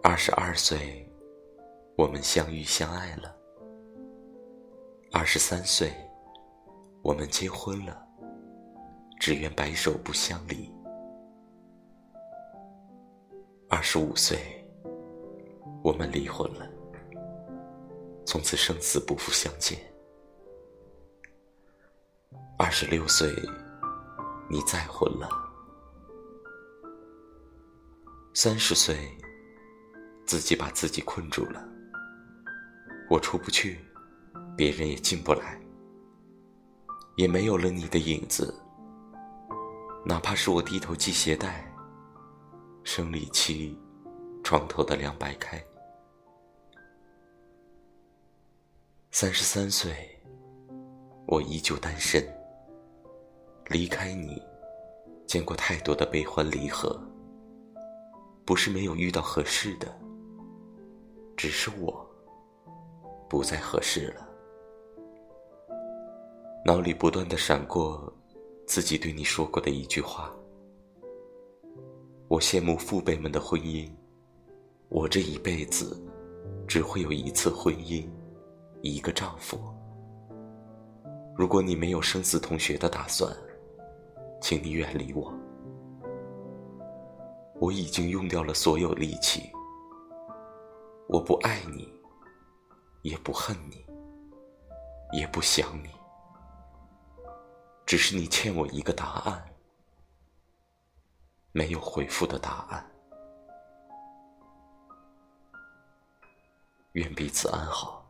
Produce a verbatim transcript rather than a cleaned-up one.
二十二岁，我们相遇相爱了。二十三岁，我们结婚了，只愿白首不相离。二十五岁，我们离婚了，从此生死不复相见。二十六岁，你再婚了。三十岁，自己把自己困住了，我出不去，别人也进不来，也没有了你的影子。哪怕是我低头系鞋带，生理期床头的凉白开。三十三岁，我依旧单身，离开你，见过太多的悲欢离合，不是没有遇到合适的，只是我不再合适了。脑里不断地闪过自己对你说过的一句话：我羡慕父辈们的婚姻，我这一辈子只会有一次婚姻，一个丈夫。如果你没有生死同学的打算，请你远离我。我已经用掉了所有力气，我不爱你，也不恨你，也不想你，只是你欠我一个答案，没有回复的答案。愿彼此安好。